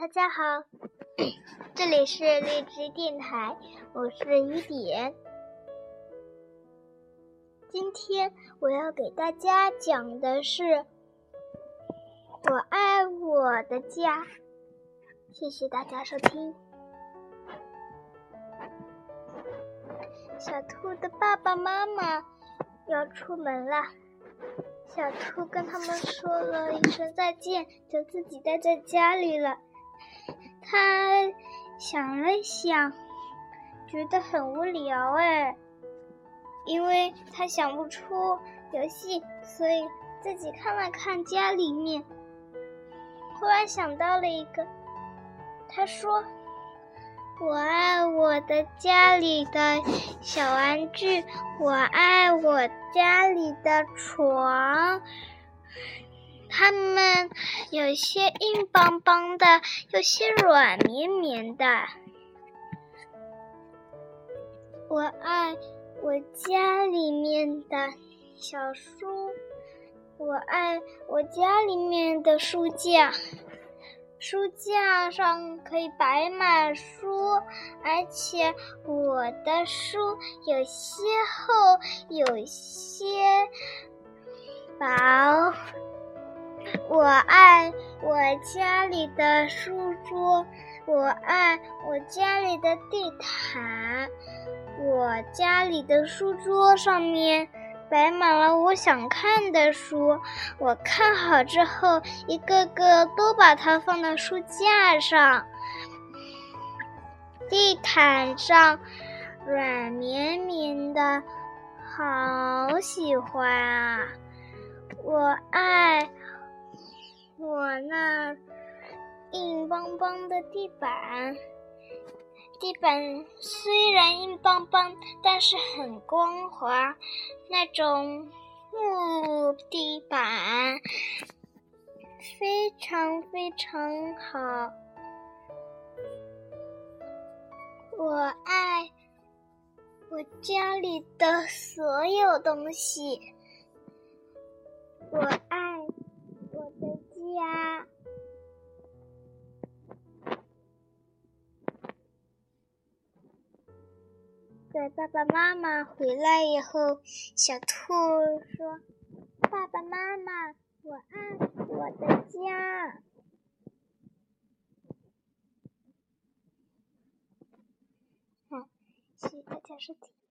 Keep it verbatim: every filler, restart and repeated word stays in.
家好，这里是荔枝电台，我是雨点。今天我要给大家讲的是我爱我的家。谢谢大家收听。小兔的爸爸妈妈要出门了，小兔跟他们说了一声再见，就自己待在家里了。他想了想，觉得很无聊哎，因为他想不出游戏，所以自己看了看家里面，忽然想到了一个，他说我爱我的家里的小玩具，我爱我家里的床，它们有些硬邦邦的，有些软绵绵的。我爱我家里面的小书，我爱我家里面的书架，书架上可以摆满书，而且我的书有些厚，有些薄。我爱我家里的书桌，我爱我家里的地毯，我家里的书桌上面摆满了我想看的书，我看好之后一个个都把它放到书架上。地毯上软绵绵的，好喜欢啊！我爱我那硬邦邦的地板，地板虽然硬邦邦，但是很光滑，那种木地板非常非常好。我爱我家里的所有东西，我爱我的家。在爸爸妈妈回来以后，小兔说：爸爸妈妈，我爱我的家。好，谢谢大家收听。